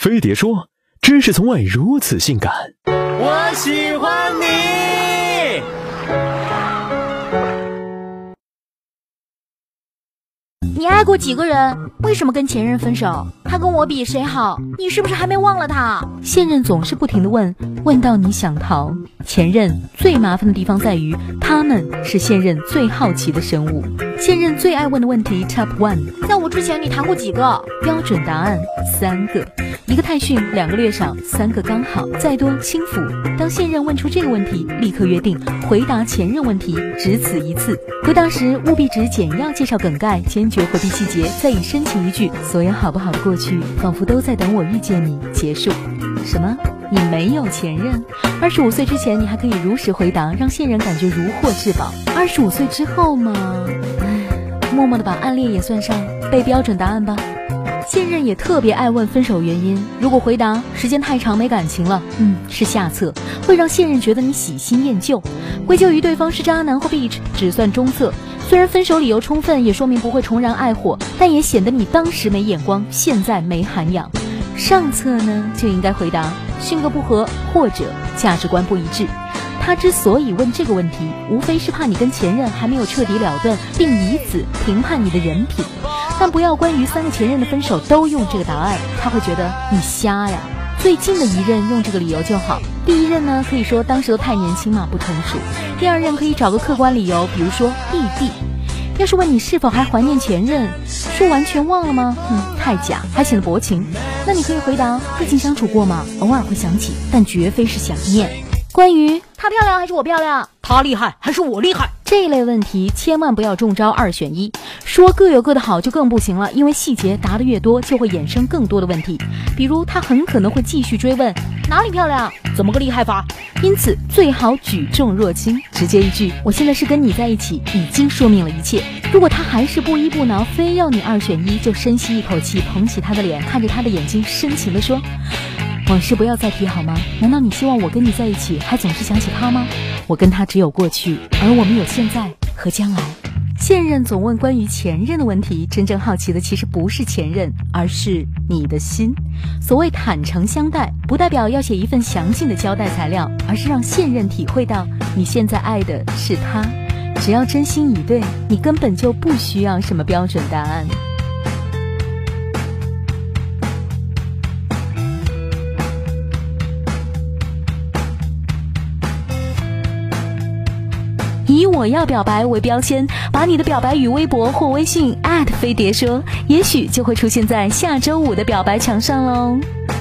飞碟说，知识从未如此性感。 我喜欢你。 你爱过几个人？为什么跟前任分手？他跟我比谁好？你是不是还没忘了他？现任总是不停地问到你想逃。前任最麻烦的地方在于，他们是现任最好奇的生物。现任最爱问的问题 Top 1， 在我之前你谈过几个？标准答案3个，一个太逊，2个略少，3个刚好，再多轻浮。当现任问出这个问题，立刻约定回答前任问题，只此一次。回答时务必只简要介绍梗概，坚决回避细节，再以深情一句所有好不好的过去仿佛都在等我遇见你结束。什么？你没有前任？25岁之前你还可以如实回答，让现任感觉如获至宝。25岁之后嘛，默默的把暗恋也算上，背标准答案吧。现任也特别爱问分手原因，如果回答时间太长没感情了，是下策，会让现任觉得你喜新厌旧。归咎于对方是渣男或 bitch 只算中策，虽然分手理由充分，也说明不会重燃爱火，但也显得你当时没眼光，现在没涵养。上策呢，就应该回答性格不合或者价值观不一致。他之所以问这个问题，无非是怕你跟前任还没有彻底了断，并以此评判你的人品。但不要关于3个前任的分手都用这个答案，他会觉得你瞎呀。最近的一任用这个理由就好。第一任呢，可以说当时都太年轻嘛，不成熟。第二任可以找个客观理由，比如说异地。要是问你是否还怀念前任，说完全忘了吗？太假，还显得薄情。那你可以回答，毕竟相处过嘛，偶尔会想起，但绝非是想念。关于她漂亮还是我漂亮， 他厉害还是我厉害， 这一类问题千万不要中招2选1，说各有各的好就更不行了，因为细节答得越多，就会衍生更多的问题。比如他很可能会继续追问哪里漂亮， 怎么个厉害法？ 因此最好举重若轻，直接一句我现在是跟你在一起，已经说明了一切。如果他还是不依不挠，非要你2选1，就深吸一口气，捧起他的脸，看着他的眼睛，深情地说，往事不要再提好吗？难道你希望我跟你在一起还总是想起他吗？我跟他只有过去，而我们有现在和将来。现任总问关于前任的问题，真正好奇的其实不是前任，而是你的心。所谓坦诚相待，不代表要写一份详尽的交代材料，而是让现任体会到你现在爱的是他。只要真心以对，你根本就不需要什么标准答案。以我要表白为标签，把你的表白语微博或微信飞碟说，也许就会出现在下周5的表白墙上喽。